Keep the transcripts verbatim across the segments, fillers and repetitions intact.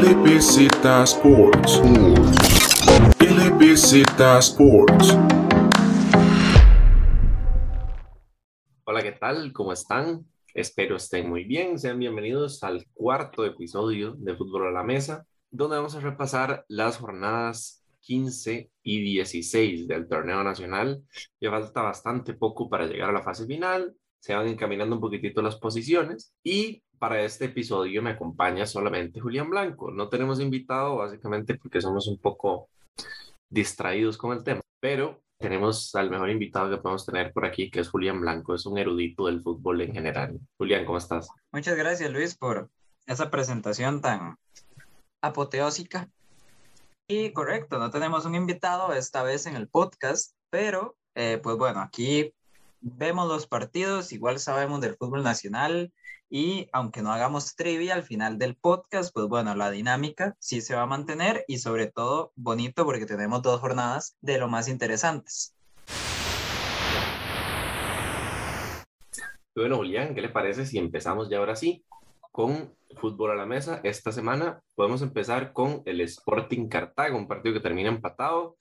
L B Z Sports. L B Z Sports. Hola, ¿qué tal? ¿Cómo están? Espero estén muy bien. Sean bienvenidos al cuarto episodio de Fútbol a la Mesa, donde vamos a repasar las jornadas quince y dieciséis del torneo nacional. Ya falta bastante poco para llegar a la fase final. Se van encaminando un poquitito las posiciones y para este episodio me acompaña solamente Julián Blanco. No tenemos invitado básicamente porque somos un poco distraídos con el tema, pero tenemos al mejor invitado que podemos tener por aquí, que es Julián Blanco. Es un erudito del fútbol en general. Julián, ¿cómo estás? Muchas gracias, Luis, por esa presentación tan apoteósica. Y correcto, no tenemos un invitado esta vez en el podcast, pero eh, pues bueno, aquí vemos los partidos, igual sabemos del fútbol nacional y aunque no hagamos trivia al final del podcast, pues bueno, la dinámica sí se va a mantener y sobre todo bonito porque tenemos dos jornadas de lo más interesantes. Bueno, Julián, ¿qué le parece si empezamos ya ahora sí con Fútbol a la Mesa? Esta semana podemos empezar con el Sporting Cartago, un partido que termina empatado.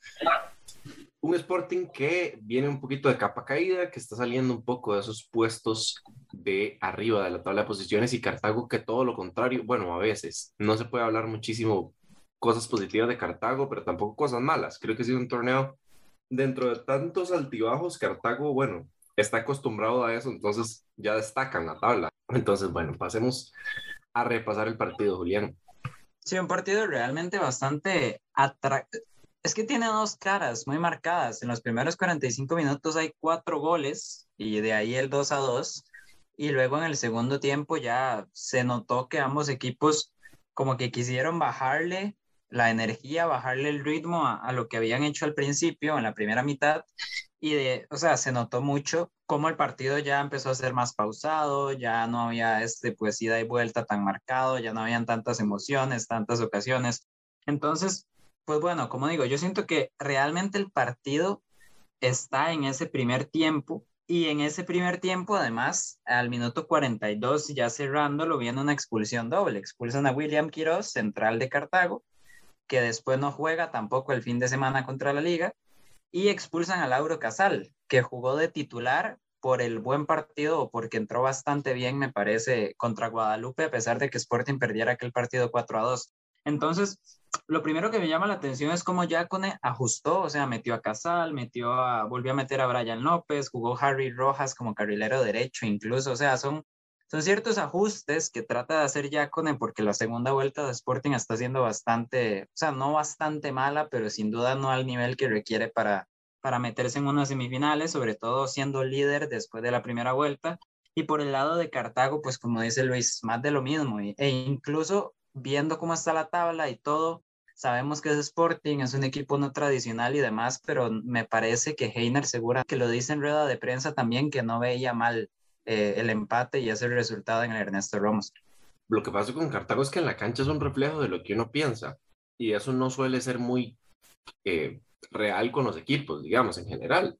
Un Sporting que viene un poquito de capa caída, que está saliendo un poco de esos puestos de arriba de la tabla de posiciones, y Cartago que todo lo contrario, bueno, a veces no se puede hablar muchísimo cosas positivas de Cartago, pero tampoco cosas malas. Creo que ha sido un torneo dentro de tantos altibajos. Cartago, bueno, está acostumbrado a eso, entonces ya destacan la tabla. Entonces, bueno, pasemos a repasar el partido, Julián. Sí, un partido realmente bastante atractivo. Es que tiene dos caras muy marcadas. En los primeros cuarenta y cinco minutos hay cuatro goles y de ahí el dos a dos. Y luego en el segundo tiempo ya se notó que ambos equipos como que quisieron bajarle la energía, bajarle el ritmo a, a lo que habían hecho al principio, en la primera mitad. Y de, o sea, se notó mucho cómo el partido ya empezó a ser más pausado, ya no había este, pues, ida y vuelta tan marcado, ya no habían tantas emociones, tantas ocasiones. Entonces, pues bueno, como digo, yo siento que realmente el partido está en ese primer tiempo y en ese primer tiempo, además, al minuto cuarenta y dos, ya cerrándolo, viene una expulsión doble. Expulsan a William Quiroz, central de Cartago, que después no juega tampoco el fin de semana contra la Liga, y expulsan a Lauro Casal, que jugó de titular por el buen partido o porque entró bastante bien, me parece, contra Guadalupe, a pesar de que Sporting perdiera aquel partido cuatro a dos. Entonces, lo primero que me llama la atención es cómo Yacone ajustó, o sea, metió a Casal, metió a, volvió a meter a Brian López, jugó Harry Rojas como carrilero derecho incluso, o sea, son, son ciertos ajustes que trata de hacer Yacone porque la segunda vuelta de Sporting está siendo bastante, o sea, no bastante mala, pero sin duda no al nivel que requiere para, para meterse en unas semifinales, sobre todo siendo líder después de la primera vuelta. Y por el lado de Cartago, pues como dice Luis, más de lo mismo, e incluso viendo cómo está la tabla y todo, sabemos que es Sporting, es un equipo no tradicional y demás, pero me parece que Heiner Segura, que lo dice en rueda de prensa también, que no veía mal eh, el empate y ese resultado en el Ernesto Ramos. Lo que pasa con Cartago es que en la cancha es un reflejo de lo que uno piensa, y eso no suele ser muy eh, real con los equipos, digamos, en general.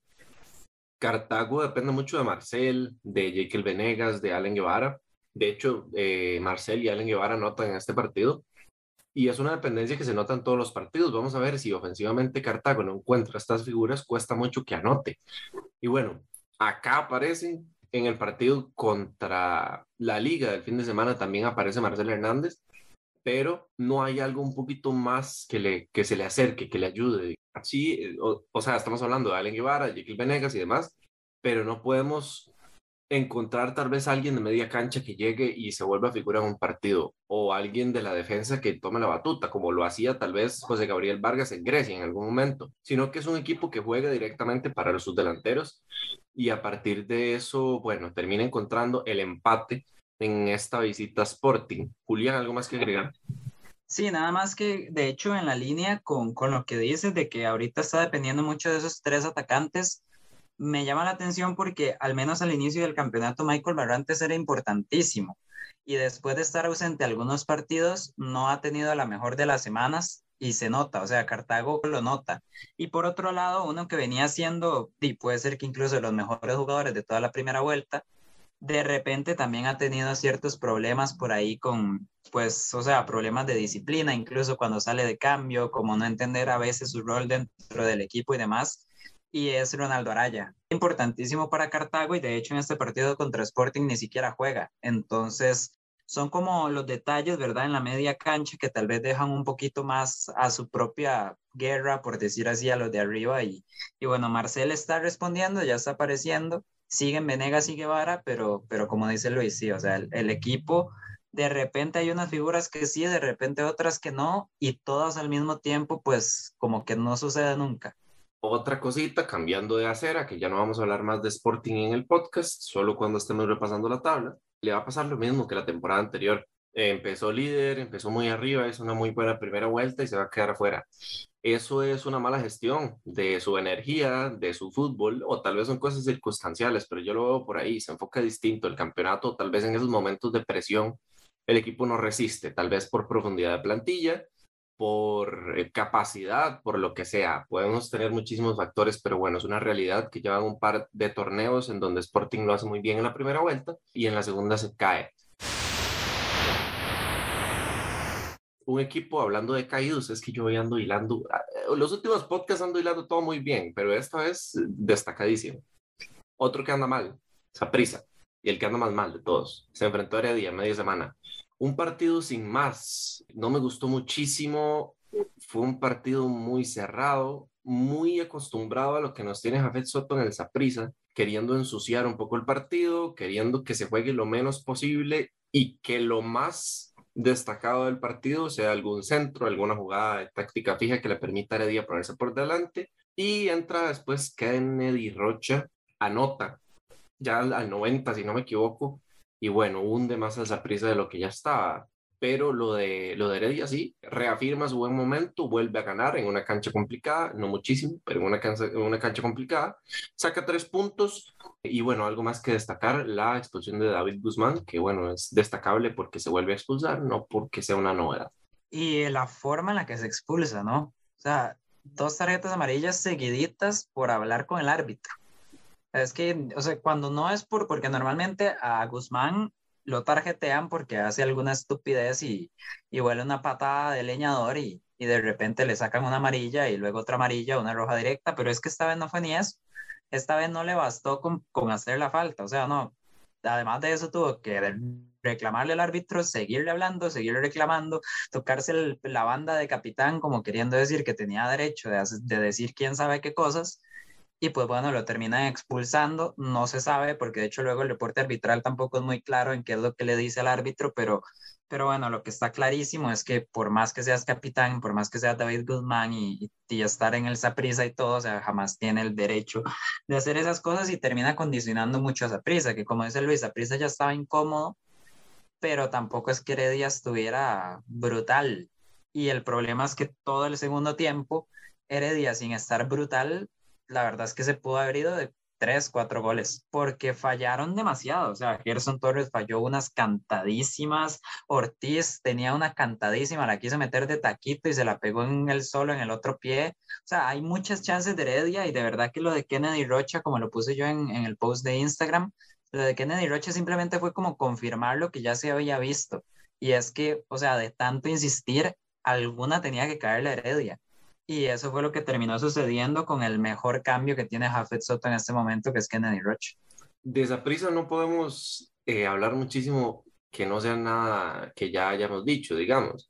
Cartago depende mucho de Marcel, de Jekyll Venegas, de Allen Guevara. De hecho, eh, Marcel y Allen Guevara anotan en este partido, y es una dependencia que se nota en todos los partidos. Vamos a ver si ofensivamente Cartago no encuentra estas figuras, cuesta mucho que anote. Y bueno, acá aparecen en el partido contra la Liga del fin de semana, también aparece Marcel Hernández, pero no hay algo un poquito más que, le, que se le acerque, que le ayude. Así, o, o sea, estamos hablando de Allen Guevara, Jekyll Venegas y demás, pero no podemos encontrar tal vez alguien de media cancha que llegue y se vuelva figura en un partido, o alguien de la defensa que tome la batuta, como lo hacía tal vez José Gabriel Vargas en Grecia en algún momento, sino que es un equipo que juega directamente para sus delanteros, y a partir de eso, bueno, termina encontrando el empate en esta visita a Sporting. Julián, ¿algo más que agregar? Sí, nada más que de hecho en la línea con, con lo que dices de que ahorita está dependiendo mucho de esos tres atacantes, me llama la atención porque al menos al inicio del campeonato Michael Barrantes era importantísimo y después de estar ausente algunos partidos no ha tenido la mejor de las semanas y se nota, o sea, Cartago lo nota. Y por otro lado, uno que venía siendo, y puede ser que incluso de los mejores jugadores de toda la primera vuelta, de repente también ha tenido ciertos problemas por ahí con, pues, o sea, problemas de disciplina, incluso cuando sale de cambio, como no entender a veces su rol dentro del equipo y demás. Y es Ronaldo Araya, importantísimo para Cartago y de hecho en este partido contra Sporting ni siquiera juega. Entonces, son como los detalles, ¿verdad? En la media cancha que tal vez dejan un poquito más a su propia guerra, por decir así, a los de arriba. Y, y bueno, Marcel está respondiendo, ya está apareciendo. Siguen Venegas y Guevara, pero, pero como dice Luis, sí, o sea, el, el equipo, de repente hay unas figuras que sí, de repente otras que no, y todas al mismo tiempo, pues como que no sucede nunca. Otra cosita, cambiando de acera, que ya no vamos a hablar más de Sporting en el podcast, solo cuando estemos repasando la tabla, le va a pasar lo mismo que la temporada anterior. Eh, empezó líder, empezó muy arriba, es una muy buena primera vuelta y se va a quedar afuera. Eso es una mala gestión de su energía, de su fútbol, o tal vez son cosas circunstanciales, pero yo lo veo por ahí, se enfoca distinto el campeonato, tal vez en esos momentos de presión el equipo no resiste, tal vez por profundidad de plantilla, por eh, capacidad, por lo que sea. Podemos tener muchísimos factores, pero bueno, es una realidad que llevan un par de torneos en donde Sporting lo hace muy bien en la primera vuelta y en la segunda se cae. Un equipo, hablando de caídos, es que yo voy ando hilando, eh, los últimos podcasts ando hilando todo muy bien, pero esta vez eh, destacadísimo. Otro que anda mal, Saprissa, y el que anda más mal de todos. Se enfrentó a Heredia media semana. Un partido sin más. No me gustó muchísimo. Fue un partido muy cerrado, muy acostumbrado a lo que nos tiene Jafet Soto en el Saprissa, queriendo ensuciar un poco el partido, queriendo que se juegue lo menos posible y que lo más destacado del partido sea algún centro, alguna jugada de táctica fija que le permita a Heredia ponerse por delante. Y entra después Kennedy Rocha, anota ya al, al noventa, si no me equivoco, y bueno, hunde más al Saprissa de lo que ya estaba. Pero lo de, lo de Heredia sí, reafirma su buen momento, vuelve a ganar en una cancha complicada, no muchísimo, pero en una cancha, en una cancha complicada, saca tres puntos y bueno, algo más que destacar, la expulsión de David Guzmán, que bueno, es destacable porque se vuelve a expulsar, no porque sea una novedad. Y la forma en la que se expulsa, ¿no? O sea, dos tarjetas amarillas seguiditas por hablar con el árbitro. Es que, o sea, cuando no es por, porque normalmente a Guzmán lo tarjetean porque hace alguna estupidez y, y huele una patada de leñador y, y de repente le sacan una amarilla y luego otra amarilla, una roja directa, pero es que esta vez no fue ni eso. Esta vez no le bastó con, con hacer la falta, o sea, no. Además de eso tuvo que reclamarle al árbitro, seguirle hablando, seguirle reclamando, tocarse el, la banda de capitán como queriendo decir que tenía derecho de, de decir quién sabe qué cosas y pues bueno, lo terminan expulsando, no se sabe, porque de hecho luego el reporte arbitral tampoco es muy claro en qué es lo que le dice al árbitro, pero, pero bueno, lo que está clarísimo es que por más que seas capitán, por más que seas David Guzmán y, y estar en el Saprissa y todo, o sea, jamás tiene el derecho de hacer esas cosas y termina condicionando mucho a Saprissa, que como dice Luis, Saprissa ya estaba incómodo, pero tampoco es que Heredia estuviera brutal. Y el problema es que todo el segundo tiempo, Heredia sin estar brutal, la verdad es que se pudo haber ido de tres, cuatro goles, porque fallaron demasiado. O sea, Gerson Torres falló unas cantadísimas, Ortiz tenía una cantadísima, la quiso meter de taquito y se la pegó en el solo, en el otro pie. O sea, hay muchas chances de Heredia y de verdad que lo de Kennedy Rocha, como lo puse yo en, en el post de Instagram, lo de Kennedy Rocha simplemente fue como confirmar lo que ya se había visto. Y es que, o sea, de tanto insistir, alguna tenía que caer la Heredia. Y eso fue lo que terminó sucediendo con el mejor cambio que tiene Jafet Soto en este momento, que es Kennedy Rocha. De Saprissa no podemos eh, hablar muchísimo que no sea nada que ya hayamos dicho, digamos.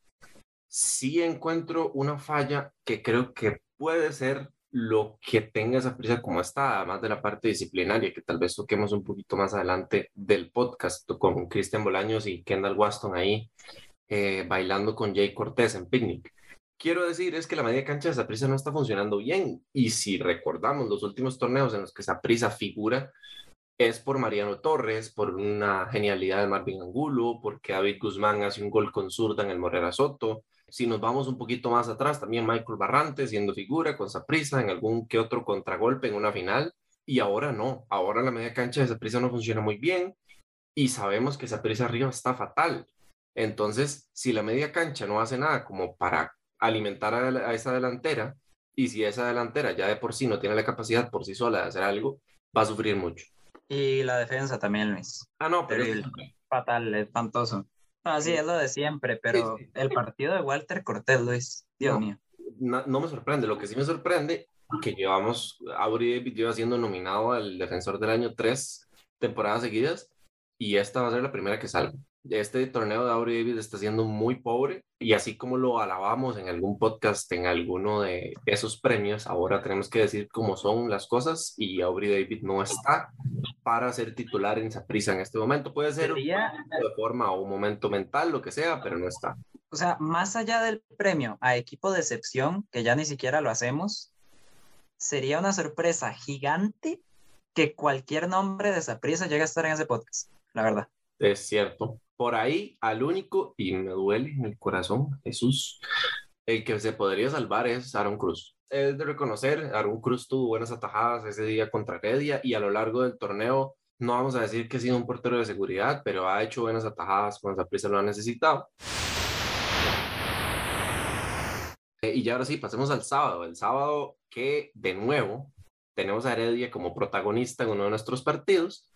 Sí encuentro una falla que creo que puede ser lo que tenga Saprissa como está, además de la parte disciplinaria, que tal vez toquemos un poquito más adelante del podcast con Cristian Bolaños y Kendall Waston ahí eh, bailando con Jay Cortés en Picnic. Quiero decir es que la media cancha de Saprissa no está funcionando bien y si recordamos los últimos torneos en los que Saprissa figura es por Mariano Torres, por una genialidad de Marvin Angulo, porque David Guzmán hace un gol con zurda en el Morera Soto. Si nos vamos un poquito más atrás, también Michael Barrantes siendo figura con Saprissa en algún que otro contragolpe en una final. Y ahora no, ahora la media cancha de Saprissa no funciona muy bien y sabemos que Saprissa arriba está fatal. Entonces, si la media cancha no hace nada como para alimentar a, a esa delantera, y si esa delantera ya de por sí no tiene la capacidad por sí sola de hacer algo, va a sufrir mucho. Y la defensa también, Luis. Ah, no, pero Terrible. Fatal, espantoso. Así sí, es lo de siempre, sí, pero sí. el partido de Walter Cortés, Luis, Dios No, mío. no, no me sorprende. Lo que sí me sorprende que llevamos, Aubrey David lleva siendo nominado al Defensor del Año tres temporadas seguidas y esta va a ser la primera que salga. Este torneo de Aubrey David está siendo muy pobre y así como lo alabamos en algún podcast, en alguno de esos premios, ahora tenemos que decir cómo son las cosas y Aubrey David no está para ser titular en Saprissa en este momento. Puede ser un Sería, de forma o un momento mental, lo que sea, pero no está. o sea, más allá del premio a equipo de excepción, que ya ni siquiera lo hacemos, sería una sorpresa gigante que cualquier nombre de Saprissa llegue a estar en ese podcast, la verdad. Es cierto. Por ahí, al único, y me duele en el corazón, Jesús, el que se podría salvar es Aaron Cruz. Es de reconocer, Aaron Cruz tuvo buenas atajadas ese día contra Heredia y a lo largo del torneo, no vamos a decir que ha sido un portero de seguridad, pero ha hecho buenas atajadas cuando Saprissa lo ha necesitado. Eh, y ya ahora sí, pasemos al sábado. El sábado que, de nuevo, tenemos a Heredia como protagonista en uno de nuestros partidos.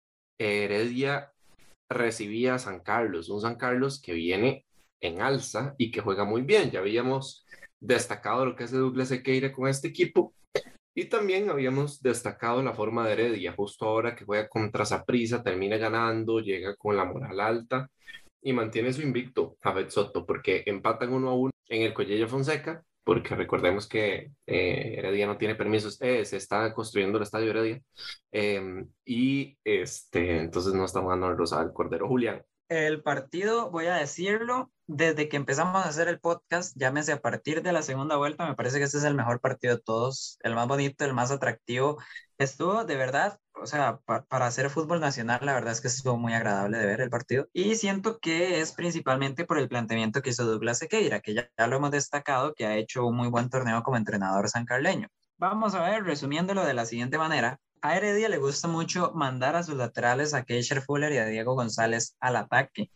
Heredia recibía a San Carlos, un San Carlos que viene en alza y que juega muy bien. Ya habíamos destacado lo que hace Douglas Sequeira con este equipo y también habíamos destacado la forma de Heredia, justo ahora que juega contra Saprissa, termina ganando, llega con la moral alta y mantiene su invicto a Bet Soto porque empatan uno a uno en el Collella Fonseca. Porque recordemos que eh, Heredia no tiene permisos, eh, se está construyendo el estadio Heredia, eh, y este, entonces no está jugando el Rosal Cordero Julián. El partido, voy a decirlo, desde que empezamos a hacer el podcast, llámese a partir de la segunda vuelta, me parece que este es el mejor partido de todos, el más bonito, el más atractivo. Estuvo de verdad, o sea, pa para hacer fútbol nacional, la verdad es que estuvo muy agradable de ver el partido. Y siento que es principalmente por el planteamiento que hizo Douglas Sequeira, que ya, ya lo hemos destacado, que ha hecho un muy buen torneo como entrenador sancarleño. Vamos a ver, resumiéndolo de la siguiente manera. A Heredia le gusta mucho mandar a sus laterales a Keisher Fuller y a Diego González al ataque.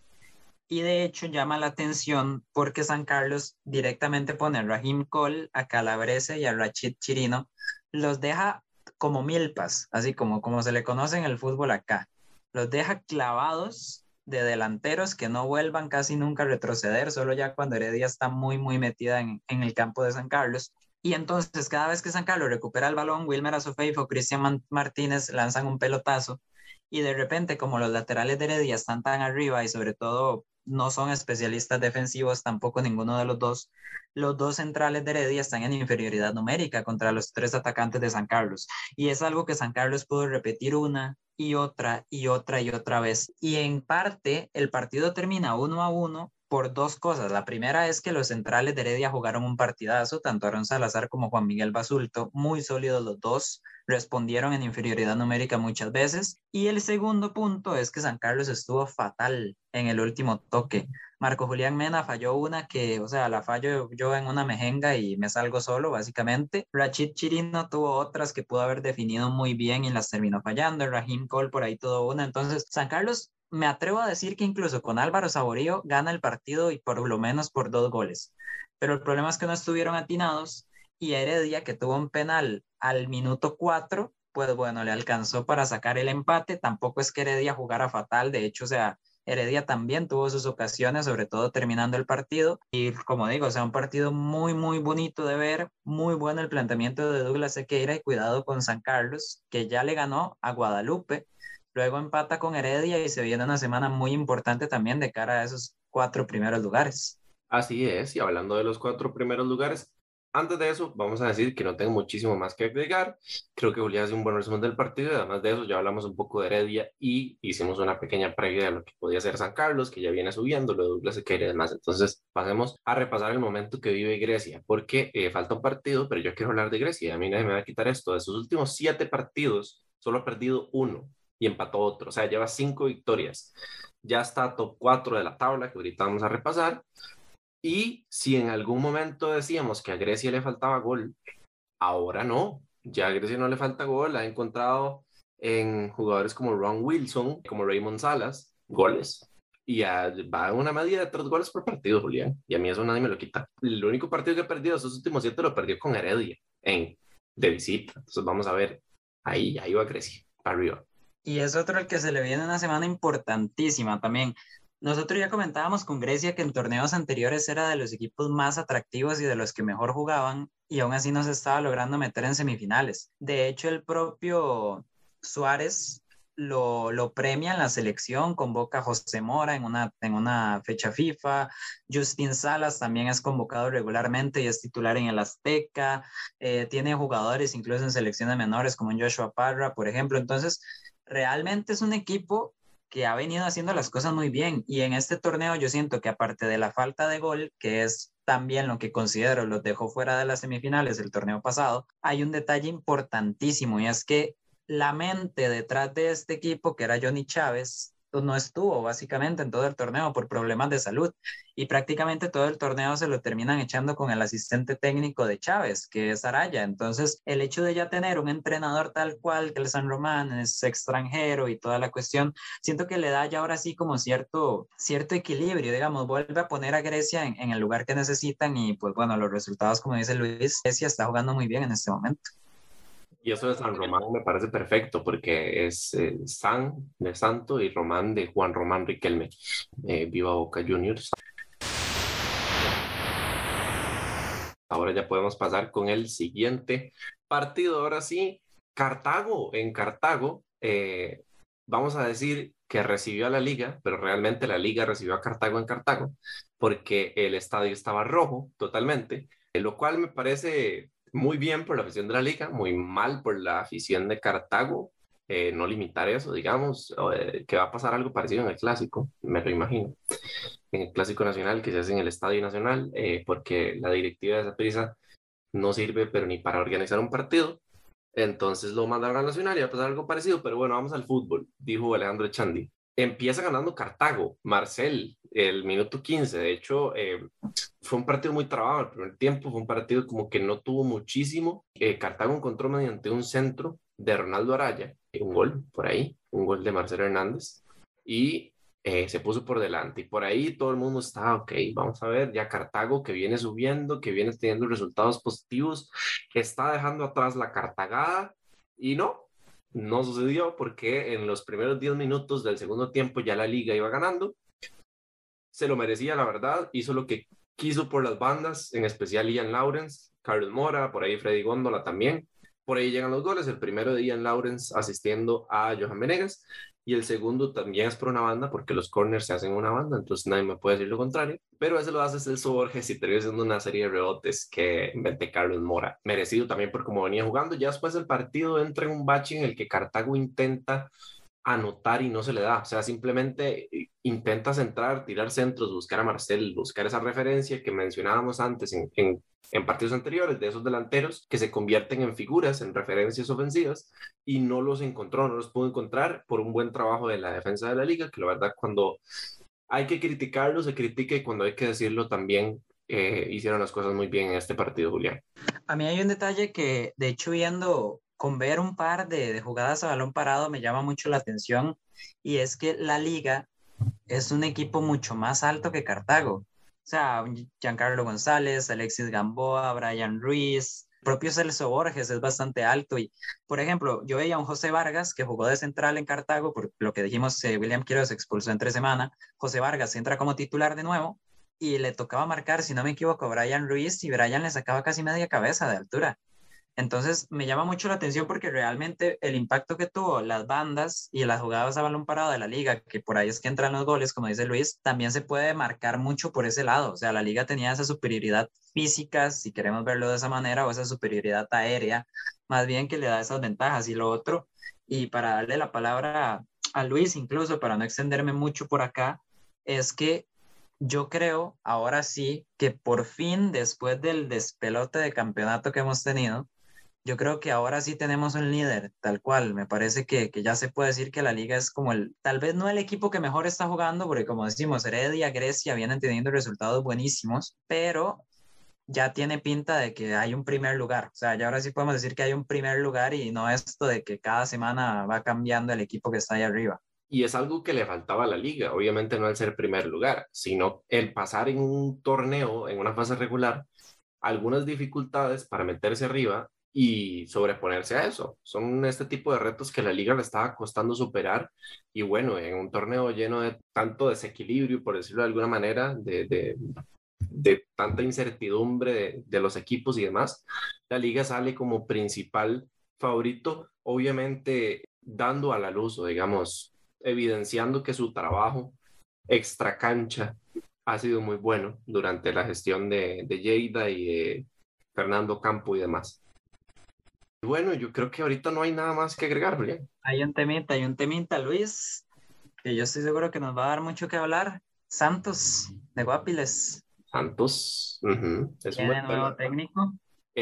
Y de hecho llama la atención porque San Carlos directamente pone a Raheem Cole, a Calabrese y a Rachid Chirino. Los deja como milpas, así como, como se le conoce en el fútbol acá. Los deja clavados de delanteros que no vuelvan casi nunca a retroceder, solo ya cuando Heredia está muy, muy metida en, en el campo de San Carlos. Y entonces, cada vez que San Carlos recupera el balón, Wilmer Azofeifa o Cristian Martínez lanzan un pelotazo. Y de repente, como los laterales de Heredia están tan arriba y sobre todo no son especialistas defensivos, tampoco ninguno de los dos, los dos centrales de Heredia están en inferioridad numérica contra los tres atacantes de San Carlos. Y es algo que San Carlos pudo repetir una y otra y otra y otra vez. Y en parte, el partido termina uno a uno por dos cosas. La primera es que los centrales de Heredia jugaron un partidazo, tanto Aaron Salazar como Juan Miguel Basulto, muy sólidos los dos, respondieron en inferioridad numérica muchas veces. Y el segundo punto es que San Carlos estuvo fatal en el último toque. Marco Julián Mena falló una que, o sea, la fallo yo en una mejenga y me salgo solo, básicamente. Rachid Chirino tuvo otras que pudo haber definido muy bien y las terminó fallando. Raheem Cole por ahí tuvo una. Entonces, San Carlos, me atrevo a decir que incluso con Álvaro Saborío gana el partido y por lo menos por dos goles. Pero el problema es que no estuvieron atinados y Heredia, que tuvo un penal al minuto cuatro, pues bueno, le alcanzó para sacar el empate. Tampoco es que Heredia jugara fatal, de hecho, o sea, Heredia también tuvo sus ocasiones, sobre todo terminando el partido. Y como digo, o sea, un partido muy, muy bonito de ver, muy bueno el planteamiento de Douglas Sequeira y cuidado con San Carlos, que ya le ganó a Guadalupe. Luego empata con Heredia y se viene una semana muy importante también de cara a esos cuatro primeros lugares. Así es, y hablando de los cuatro primeros lugares, antes de eso, vamos a decir que no tengo muchísimo más que agregar. Creo que Julián hace un buen resumen del partido y además de eso ya hablamos un poco de Heredia y hicimos una pequeña previa de lo que podía ser San Carlos, que ya viene subiendo, lo de Douglas Sequeira y demás. Entonces, pasemos a repasar el momento que vive Grecia, porque eh, falta un partido, pero yo quiero hablar de Grecia y a mí nadie me va a quitar esto. De sus últimos siete partidos, solo ha perdido uno y empató otro, o sea, lleva cinco victorias. Ya está top cuatro de la tabla, que ahorita vamos a repasar. Y si en algún momento decíamos que a Grecia le faltaba gol, ahora no. Ya a Grecia no le falta gol. Ha encontrado en jugadores como Ron Wilson, como Raymond Salas, goles. Y a, va a una media de tres goles por partido, Julián. Y a mí eso nadie me lo quita. El único partido que ha perdido, esos últimos siete, lo perdió con Heredia, en, de visita. Entonces vamos a ver. Ahí, ahí va Grecia, para arriba. Y es otro el que se le viene una semana importantísima también. Nosotros ya comentábamos con Grecia que en torneos anteriores era de los equipos más atractivos y de los que mejor jugaban, y aún así no se estaba logrando meter en semifinales. De hecho, el propio Suárez lo, lo premia en la selección, convoca a José Mora en una, en una fecha FIFA. Justin Salas también es convocado regularmente y es titular en el Azteca. Eh, tiene jugadores incluso en selecciones menores como en Joshua Parra, por ejemplo. Entonces, realmente es un equipo que ha venido haciendo las cosas muy bien, y en este torneo yo siento que aparte de la falta de gol, que es también lo que considero los dejó fuera de las semifinales del torneo pasado, hay un detalle importantísimo, y es que la mente detrás de este equipo, que era Johnny Chávez, pues no estuvo básicamente en todo el torneo por problemas de salud, y prácticamente todo el torneo se lo terminan echando con el asistente técnico de Chávez, que es Araya. Entonces, el hecho de ya tener un entrenador tal cual, que el San Román es extranjero y toda la cuestión, siento que le da ya ahora sí como cierto, cierto equilibrio, digamos, vuelve a poner a Grecia en, en el lugar que necesitan, y pues bueno, los resultados, como dice Luis, Grecia está jugando muy bien en este momento. Y eso de San Román me parece perfecto porque es eh, San de Santo y Román de Juan Román Riquelme. Eh, viva Boca Juniors. Ahora ya podemos pasar con el siguiente partido. Ahora sí, Cartago. En Cartago, eh, vamos a decir que recibió a la Liga, pero realmente la Liga recibió a Cartago en Cartago porque el estadio estaba rojo totalmente, eh, lo cual me parece muy bien por la afición de la Liga, muy mal por la afición de Cartago. Eh, no limitar eso, digamos, eh, que va a pasar algo parecido en el Clásico, me lo imagino en el Clásico Nacional que se hace en el Estadio Nacional, eh, porque la directiva de Saprissa no sirve, pero ni para organizar un partido. Entonces lo mandaron al Nacional y va a pasar algo parecido, pero bueno, vamos al fútbol, dijo Alejandro Echandi. Empieza ganando Cartago, Marcel, el minuto quince. De hecho, eh, fue un partido muy trabado el primer tiempo, fue un partido como que no tuvo muchísimo. Eh, Cartago encontró mediante un centro de Ronaldo Araya, un gol por ahí, un gol de Marcelo Hernández, y eh, se puso por delante. Y por ahí todo el mundo estaba, ok, vamos a ver, ya Cartago que viene subiendo, que viene teniendo resultados positivos, que está dejando atrás la Cartagada, y no, no sucedió porque en los primeros diez minutos del segundo tiempo ya la liga iba ganando. Se lo merecía, la verdad. Hizo lo que quiso por las bandas, en especial Ian Lawrence, Carlos Mora, por ahí Freddy Góndola también. Por ahí llegan los goles. El primero de Ian Lawrence asistiendo a Johan Venegas, y el segundo también es por una banda, porque los corners se hacen una banda, entonces nadie me puede decir lo contrario. Pero ese lo hace Celso Borges y termina siendo una serie de rebotes que inventé Carlos Mora. Merecido también por cómo venía jugando. Ya después del partido entra en un bache en el que Cartago intenta anotar y no se le da. O sea, simplemente intenta centrar, tirar centros, buscar a Marcel, buscar esa referencia que mencionábamos antes en, en, en partidos anteriores de esos delanteros que se convierten en figuras, en referencias ofensivas, y no los encontró, no los pudo encontrar por un buen trabajo de la defensa de la liga, que la verdad cuando hay que criticarlo se critica, y cuando hay que decirlo también eh, hicieron las cosas muy bien en este partido, Julián. A mí hay un detalle que, de hecho, viendo, con ver un par de, de jugadas a balón parado me llama mucho la atención, y es que la liga es un equipo mucho más alto que Cartago. O sea, Giancarlo González, Alexis Gamboa, Brian Ruiz, propio Celso Borges es bastante alto. Y, por ejemplo, yo veía a un José Vargas que jugó de central en Cartago, por lo que dijimos, eh, William Quiroz se expulsó entre semana. José Vargas entra como titular de nuevo y le tocaba marcar, si no me equivoco, a Brian Ruiz, y Brian le sacaba casi media cabeza de altura. Entonces me llama mucho la atención porque realmente el impacto que tuvo las bandas y las jugadas a balón parado de la liga, que por ahí es que entran los goles, como dice Luis, también se puede marcar mucho por ese lado. O sea, la liga tenía esa superioridad física, si queremos verlo de esa manera, o esa superioridad aérea, más bien, que le da esas ventajas. Y lo otro, y para darle la palabra a, a Luis, incluso para no extenderme mucho por acá, es que yo creo, ahora sí, que por fin, después del despelote de campeonato que hemos tenido, yo creo que ahora sí tenemos un líder, tal cual. Me parece que, que ya se puede decir que la liga es como el, tal vez no el equipo que mejor está jugando, porque como decimos, Heredia, Grecia vienen teniendo resultados buenísimos, pero ya tiene pinta de que hay un primer lugar. O sea, ya ahora sí podemos decir que hay un primer lugar, y no esto de que cada semana va cambiando el equipo que está ahí arriba. Y es algo que le faltaba a la liga, obviamente no el ser primer lugar, sino el pasar en un torneo, en una fase regular, algunas dificultades para meterse arriba, y sobreponerse a eso. Son este tipo de retos que la liga le estaba costando superar y bueno, en un torneo lleno de tanto desequilibrio, por decirlo de alguna manera, de, de, de tanta incertidumbre de, de los equipos y demás, la liga sale como principal favorito, obviamente dando a la luz o digamos evidenciando que su trabajo extra cancha ha sido muy bueno durante la gestión de, de Lleida y de Fernando Campo y demás. Y bueno, yo creo que ahorita no hay nada más que agregar, Julián. Hay un temita, hay un temita, Luis, que yo estoy seguro que nos va a dar mucho que hablar. Santos, de Guapiles, Santos, uh-huh, es un tiene buen nuevo tema. técnico.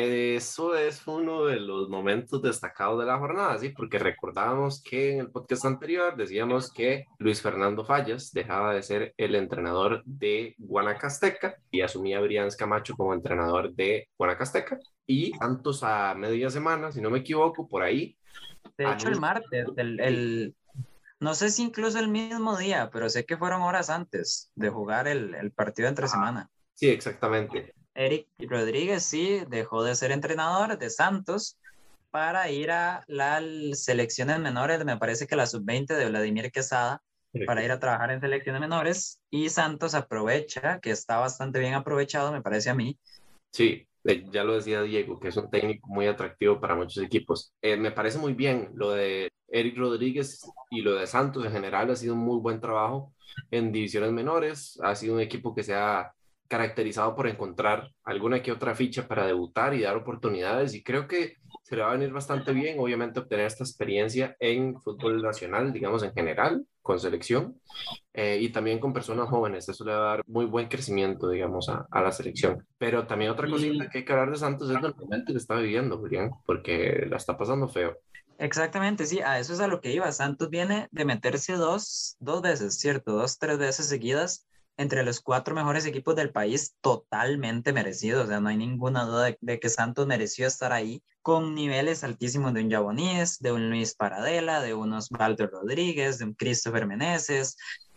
Eso es uno de los momentos destacados de la jornada, ¿sí? Porque recordábamos que en el podcast anterior decíamos que Luis Fernando Fallas dejaba de ser el entrenador de Guanacasteca y asumía a Brians Camacho como entrenador de Guanacasteca. Y Santos a media semana, si no me equivoco, por ahí. De hecho, el martes, el, el, no sé si incluso el mismo día, pero sé que fueron horas antes de jugar el, el partido entre semana. Sí, exactamente. Eric Rodríguez sí dejó de ser entrenador de Santos para ir a las selecciones menores, me parece que la sub veinte de Vladimir Quesada, para ir a trabajar en selecciones menores, y Santos aprovecha, que está bastante bien aprovechado, me parece a mí. Sí, ya lo decía Diego, que es un técnico muy atractivo para muchos equipos. Eh, me parece muy bien lo de Eric Rodríguez y lo de Santos en general, ha sido un muy buen trabajo en divisiones menores, ha sido un equipo que se ha caracterizado por encontrar alguna que otra ficha para debutar y dar oportunidades y creo que se le va a venir bastante bien, obviamente, obtener esta experiencia en fútbol nacional, digamos en general, con selección eh, y también con personas jóvenes. Eso le va a dar muy buen crecimiento, digamos, a, a la selección. Pero también otra cosita que hay que hablar de Santos es del momento que está viviendo, Julián, porque la está pasando feo. Exactamente, sí, a eso es a lo que iba. Santos viene de meterse dos, dos veces, ¿cierto? Dos, tres veces seguidas entre los cuatro mejores equipos del país, totalmente merecido. O sea, no hay ninguna duda de, de que Santos mereció estar ahí con niveles altísimos de un Yaboníes, de un Luis Paradela, de un Osvaldo Rodríguez, de un Christopher Meneses.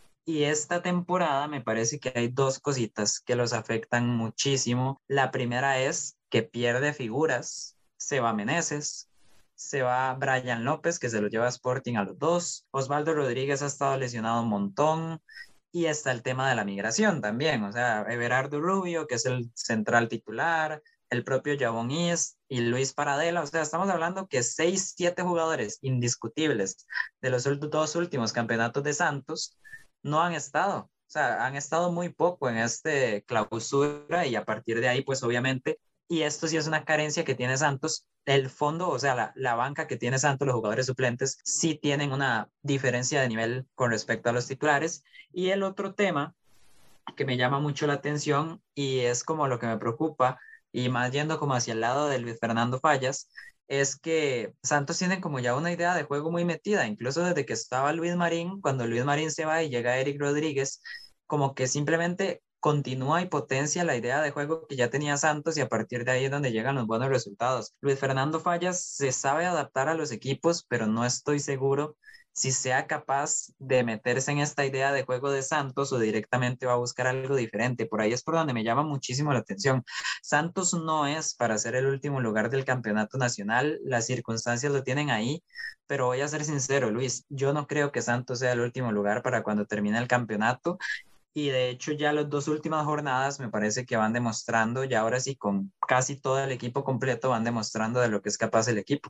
Y esta temporada me parece que hay dos cositas que los afectan muchísimo. La primera es que pierde figuras, se va Meneses, se va Brian López, que se lo lleva a Sporting a los dos. Osvaldo Rodríguez ha estado lesionado un montón. Y está el tema de la migración también, o sea, Everardo Rubio, que es el central titular, el propio Jabón Is y Luis Paradela, o sea, estamos hablando que seis, siete jugadores indiscutibles de los dos últimos campeonatos de Santos no han estado, o sea, han estado muy poco en este clausura y a partir de ahí, pues obviamente, y esto sí es una carencia que tiene Santos, el fondo, o sea, la, la banca que tiene Santos, los jugadores suplentes, sí tienen una diferencia de nivel con respecto a los titulares. Y el otro tema que me llama mucho la atención y es como lo que me preocupa, y más yendo como hacia el lado de Luis Fernando Fallas, es que Santos tiene como ya una idea de juego muy metida, incluso desde que estaba Luis Marín, cuando Luis Marín se va y llega Eric Rodríguez, como que simplemente continúa y potencia la idea de juego que ya tenía Santos y a partir de ahí es donde llegan los buenos resultados. Luis Fernando Fallas se sabe adaptar a los equipos, pero no estoy seguro si sea capaz de meterse en esta idea de juego de Santos o directamente va a buscar algo diferente. Por ahí es por donde me llama muchísimo la atención. Santos no es para ser el último lugar del campeonato nacional, las circunstancias lo tienen ahí, pero voy a ser sincero, Luis, yo no creo que Santos sea el último lugar para cuando termine el campeonato. Y de hecho ya las dos últimas jornadas me parece que van demostrando, y ahora sí con casi todo el equipo completo van demostrando de lo que es capaz el equipo.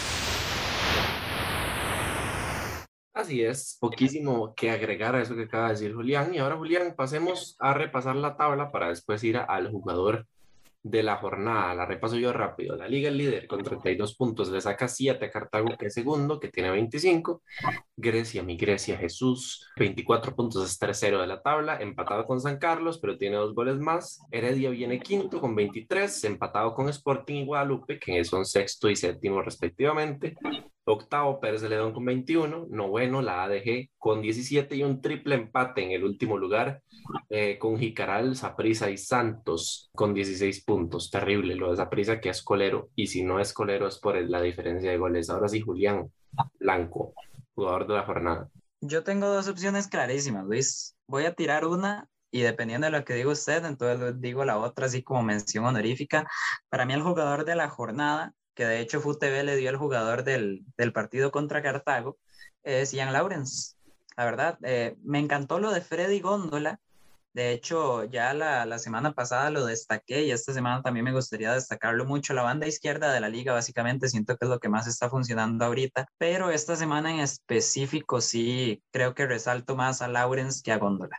Así es, poquísimo que agregar a eso que acaba de decir Julián. Y ahora, Julián, pasemos a repasar la tabla para después ir a, al jugador de la jornada. La repaso yo rápido. La liga es líder con treinta y dos puntos, le saca siete a Cartago, que es segundo, que tiene veinticinco. Grecia, mi Grecia, Jesús, veinticuatro puntos, es tercero de la tabla, empatado con San Carlos, pero tiene dos goles más. Heredia viene quinto con veintitrés, empatado con Sporting y Guadalupe, que son sexto y séptimo respectivamente. Octavo, Pérez de León con veintiuno. Noveno, la A D G con diecisiete y un triple empate en el último lugar eh, con Jicaral, Saprissa y Santos con dieciséis puntos. Terrible lo de Saprissa, que es colero, y si no es colero es por la diferencia de goles. Ahora sí, Julián Blanco, jugador de la jornada. Yo tengo dos opciones clarísimas, Luis. Voy a tirar una y dependiendo de lo que diga usted, entonces digo la otra así como mención honorífica. Para mí el jugador de la jornada que de hecho F U T V le dio el jugador del, del partido contra Cartago, es Ian Lawrence. La verdad, eh, me encantó lo de Freddy Góndola. De hecho, ya la, la semana pasada lo destaqué y esta semana también me gustaría destacarlo mucho. La banda izquierda de la liga, básicamente, siento que es lo que más está funcionando ahorita, pero esta semana en específico sí creo que resalto más a Lawrence que a Góndola.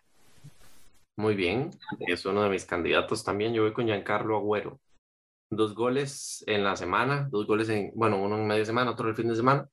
Muy bien, es uno de mis candidatos también. Yo voy con Giancarlo Agüero. Dos goles en la semana, dos goles en, bueno, uno en media semana, otro el fin de semana.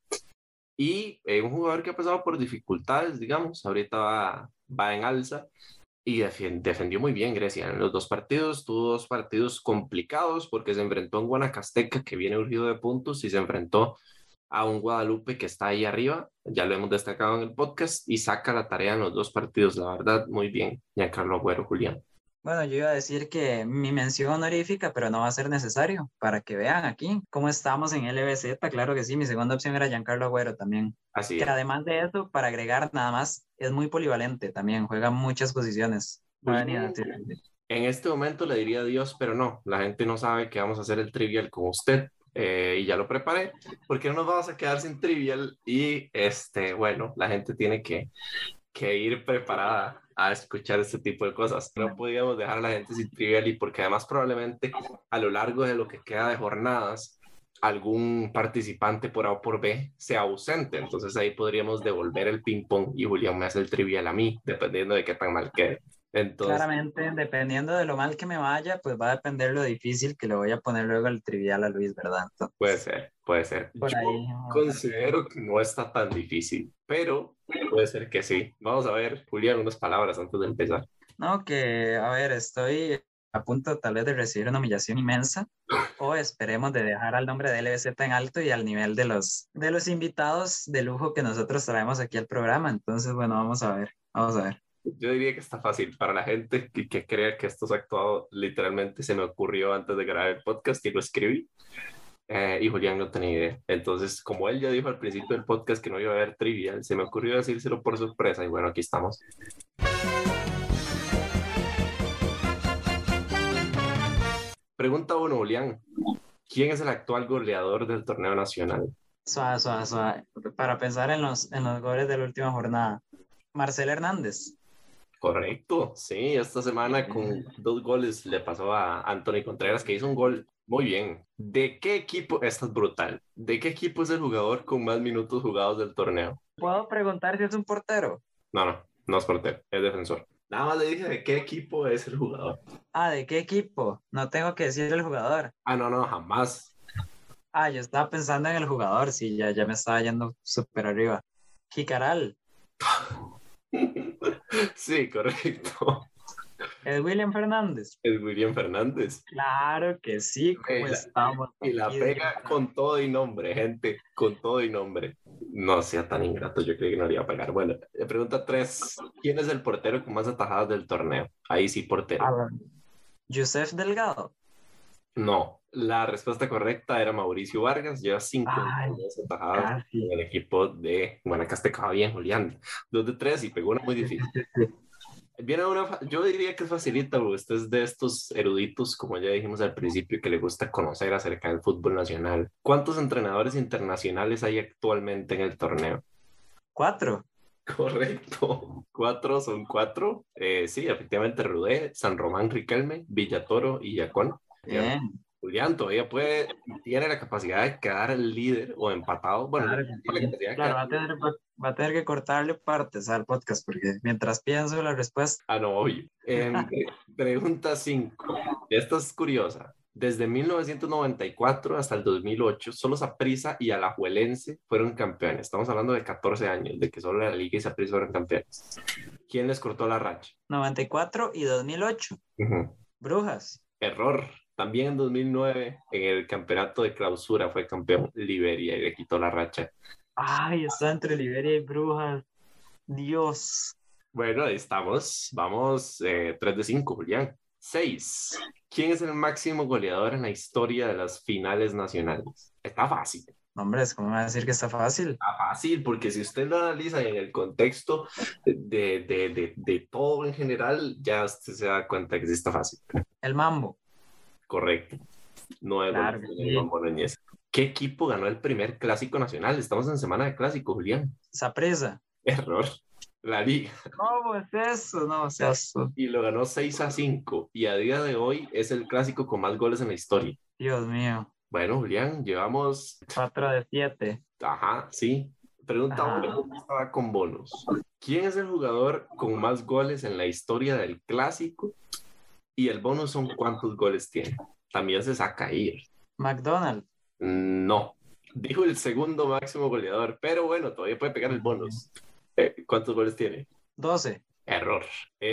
Y eh, un jugador que ha pasado por dificultades, digamos, ahorita va, va en alza y defiend, defendió muy bien Grecia en los dos partidos. Tuvo dos partidos complicados porque se enfrentó a un Guanacasteca que viene urgido de puntos y se enfrentó a un Guadalupe que está ahí arriba, ya lo hemos destacado en el podcast, y saca la tarea en los dos partidos, la verdad, muy bien, Giancarlo Agüero, Julián. Bueno, yo iba a decir que mi mención honorífica, pero no va a ser necesario para que vean aquí cómo estamos en L B Z. Claro que sí, mi segunda opción era Giancarlo Agüero también. Así Que es. además de eso, para agregar nada más, es muy polivalente también, juega muchas posiciones. No venía a Julián, decir. en este momento le diría adiós, pero no, la gente no sabe que vamos a hacer el trivial con usted. Eh, y ya lo preparé, porque no nos vamos a quedar sin trivial y este, bueno, la gente tiene que, que ir preparada a escuchar este tipo de cosas. No podíamos dejar a la gente sin trivial y porque además probablemente a lo largo de lo que queda de jornadas algún participante por A o por B sea ausente, entonces ahí podríamos devolver el ping pong y Julián me hace el trivial a mí, dependiendo de qué tan mal quede. Entonces, Claramente, dependiendo de lo mal que me vaya, pues va a depender lo difícil que le voy a poner luego el trivial a Luis, ¿verdad? puede Entonces, ser, puede ser. por Yo ahí vamos a ver. considero que no está tan difícil, pero puede ser que sí. Vamos a ver, Julián, unas palabras antes de empezar. No, que, a ver, estoy a punto tal vez de recibir una humillación inmensa o esperemos de dejar al nombre de L B Z en alto y al nivel de los, de los invitados de lujo que nosotros traemos aquí al programa. Entonces, bueno, vamos a ver, vamos a ver. Yo diría que está fácil para la gente que, que crea que esto es actuado. Literalmente se me ocurrió antes de grabar el podcast y lo escribí. Eh, y Julián no tenía idea. Entonces, como él ya dijo al principio del podcast que no iba a haber trivial, se me ocurrió decírselo por sorpresa y bueno, aquí estamos. Pregunta uno, Julián. ¿Quién es el actual goleador del torneo nacional? Suave, suave, suave. Para pensar en los, en los goles de la última jornada. Marcel Hernández. Correcto, sí, esta semana con dos goles le pasó a Anthony Contreras, que hizo un gol muy bien. ¿De qué equipo? Esta es brutal. ¿De qué equipo es el jugador con más minutos jugados del torneo? ¿Puedo preguntar si es un portero? No, no, no es portero, es defensor. Nada más le dije de qué equipo es el jugador. Ah, ¿de qué equipo? No tengo que decir el jugador. Ah, no, no, jamás. Ah, yo estaba pensando en el jugador, sí, ya, ya me estaba yendo súper arriba. Jicaral. Sí, correcto. ¿Es William Fernández? Es William Fernández. Claro que sí, Y ¿cómo la, estamos? y la aquí? pega con todo y nombre, gente, con todo y nombre. No sea tan ingrato, yo creí que no le iba a pegar. Bueno, eh, pregunta tres. ¿Quién es el portero con más atajadas del torneo? Ahí sí, portero. Ah, bueno. Yusef Delgado. No, la respuesta correcta era Mauricio Vargas, lleva cincuenta Ay, y dos atajadas casi. en el equipo de Guanacasteca. Va bien, Julián. Dos de tres y pegó una muy difícil. Viene una, fa- yo diría que es facilita, porque usted es de estos eruditos, como ya dijimos al principio, que le gusta conocer acerca del fútbol nacional. ¿Cuántos entrenadores internacionales hay actualmente en el torneo? Cuatro. Correcto. Cuatro son cuatro. Eh, sí, efectivamente, Rudé, San Román, Riquelme, Villatoro y Yacón. Bien. Julián todavía puede, tiene la capacidad de quedar el líder o empatado. Bueno, Claro, tiene que la sí. capacidad de Claro, va quedar. a tener, va, va a tener que cortarle partes al podcast porque mientras pienso la respuesta. Ah, no, obvio. Em, pre- pregunta cinco. Esta es curiosa. Desde mil novecientos noventa y cuatro hasta el dos mil ocho, solo Saprissa y Alajuelense fueron campeones. Estamos hablando de catorce años, de que solo la Liga y Saprissa fueron campeones. ¿Quién les cortó la racha? noventa y cuatro y dos mil ocho. Ujú. Brujas. Error. También en dos mil nueve, en el campeonato de clausura, fue campeón Liberia y le quitó la racha. Ay, está entre Liberia y Brujas. Dios. Bueno, ahí estamos. Vamos, eh, tres de cinco, Julián. seis. ¿Quién es el máximo goleador en la historia de las finales nacionales? Está fácil. Hombre, ¿cómo me va a decir que está fácil? Está fácil, porque si usted lo analiza en el contexto de, de, de, de todo en general, ya usted se da cuenta que sí está fácil. El Mambo. Correcto. Nueve Claro goles que tiene sí. Iván Boloñez. ¿Qué equipo ganó el primer clásico nacional? Estamos en semana de clásico, Julián. Saprissa. Error. La Liga. ¿Cómo es eso? No, o sea, eso. Y lo ganó seis a cinco. Y a día de hoy es el clásico con más goles en la historia. Dios mío. Bueno, Julián, llevamos... cuatro de siete. Ajá, sí. Pregunta Ajá. uno, ¿cómo estaba con bonos? ¿Quién es el jugador con más goles en la historia del clásico? Y el bonus son cuántos goles tiene. También se saca ahí. McDonald. No. Dijo el segundo máximo goleador, pero bueno, todavía puede pegar el bonus. Eh, ¿Cuántos goles tiene? doce. Error.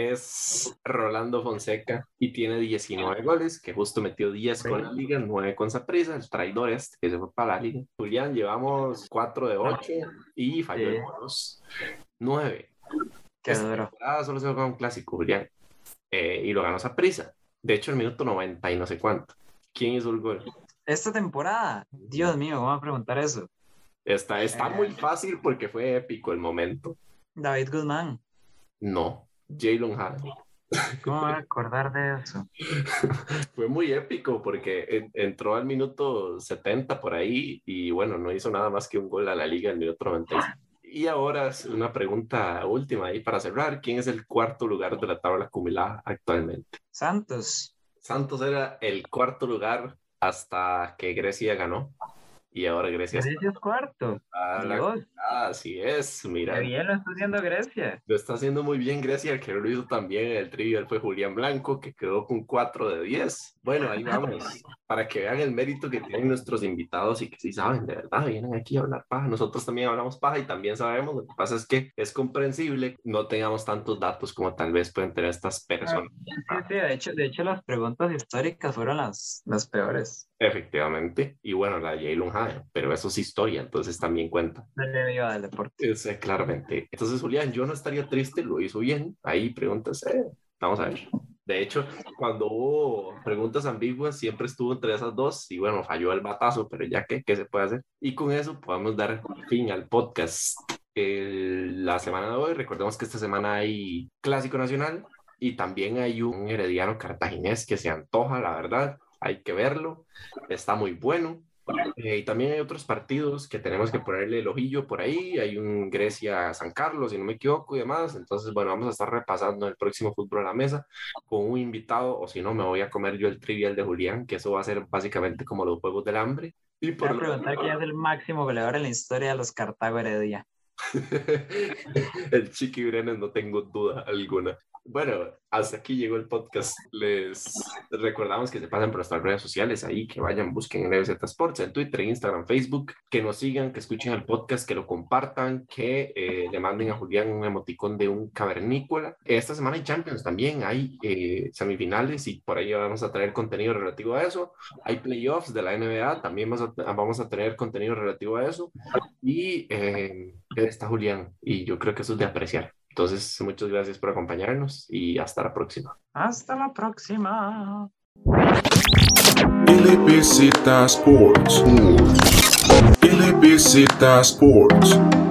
Es Rolando Fonseca y tiene diecinueve goles, que justo metió diez con la Liga, nueve con Saprissa, el traidor este que se fue para la Liga. Julián, llevamos cuatro de ocho y falló Sí. el bonus. nueve. Qué Esta duro. temporada solo se jugó un clásico, Julián. Eh, y lo ganó Saprissa. De hecho, el minuto noventa y no sé cuánto. ¿Quién hizo el gol? Esta temporada. Dios mío, ¿cómo va a preguntar eso? Está, está muy fácil porque fue épico el momento. David Guzmán. No, Jalen Hall. ¿Cómo voy a acordar de eso? Fue muy épico porque en- entró al minuto setenta por ahí y bueno, no hizo nada más que un gol a la Liga en el minuto noventa y cinco. Y ahora es una pregunta última ahí para cerrar. ¿Quién es el cuarto lugar de la tabla acumulada actualmente? Santos. Santos era el cuarto lugar hasta que Grecia ganó. Y ahora Grecia está Grecia es cuarto. a la... Dios. Ah, así es, mira. Qué bien lo está haciendo Grecia. Lo está haciendo muy bien Grecia, el que lo hizo también en el trivial fue Julián Blanco, que quedó con cuatro de diez. Bueno, ahí vamos, para que vean el mérito que tienen nuestros invitados y que sí saben, de verdad, vienen aquí a hablar paja. Nosotros también hablamos paja y también sabemos, lo que pasa es que es comprensible, no tengamos tantos datos como tal vez pueden tener estas personas. Sí, sí, de hecho, de hecho las preguntas históricas fueron las, las peores. Efectivamente, y bueno, la de Jalen Hall, pero eso es historia, entonces también cuenta. Le viva del deporte. Es, eh, claramente. Entonces, Julián, yo no estaría triste, lo hizo bien. Ahí preguntas, eh, vamos a ver. De hecho, cuando hubo preguntas ambiguas, siempre estuvo entre esas dos y bueno, falló el batazo, pero ya que, ¿qué se puede hacer? Y con eso podemos dar fin al podcast. El- la semana de hoy, recordemos que esta semana hay Clásico Nacional y también hay un Herediano Cartaginés que se antoja, la verdad. Hay que verlo, está muy bueno. Eh, y también hay otros partidos que tenemos que ponerle el ojillo por ahí. Hay un Grecia-San Carlos, si no me equivoco, y demás. Entonces, bueno, vamos a estar repasando el próximo Fútbol a la Mesa con un invitado, o si no, me voy a comer yo el trivial de Julián, que eso va a ser básicamente como los Juegos del Hambre. Y Voy por a lo preguntar quién es el máximo goleador en la historia de los Cartago Heredia. el Chiqui Brenes, no tengo duda alguna. Bueno, hasta aquí llegó el podcast. Les recordamos que se pasen por nuestras redes sociales ahí, que vayan, busquen en N B Z Sports, en Twitter, Instagram, Facebook, que nos sigan, que escuchen el podcast, que lo compartan, que eh, le manden a Julián un emoticón de un cavernícola. Esta semana hay Champions también, hay eh, semifinales y por ahí vamos a traer contenido relativo a eso. Hay playoffs de la N B A, también vamos a, vamos a tener contenido relativo a eso. Y eh, está Julián, y yo creo que eso es de apreciar. Entonces, muchas gracias por acompañarnos y hasta la próxima. Hasta la próxima. L B Z Sports. L B Z Sports.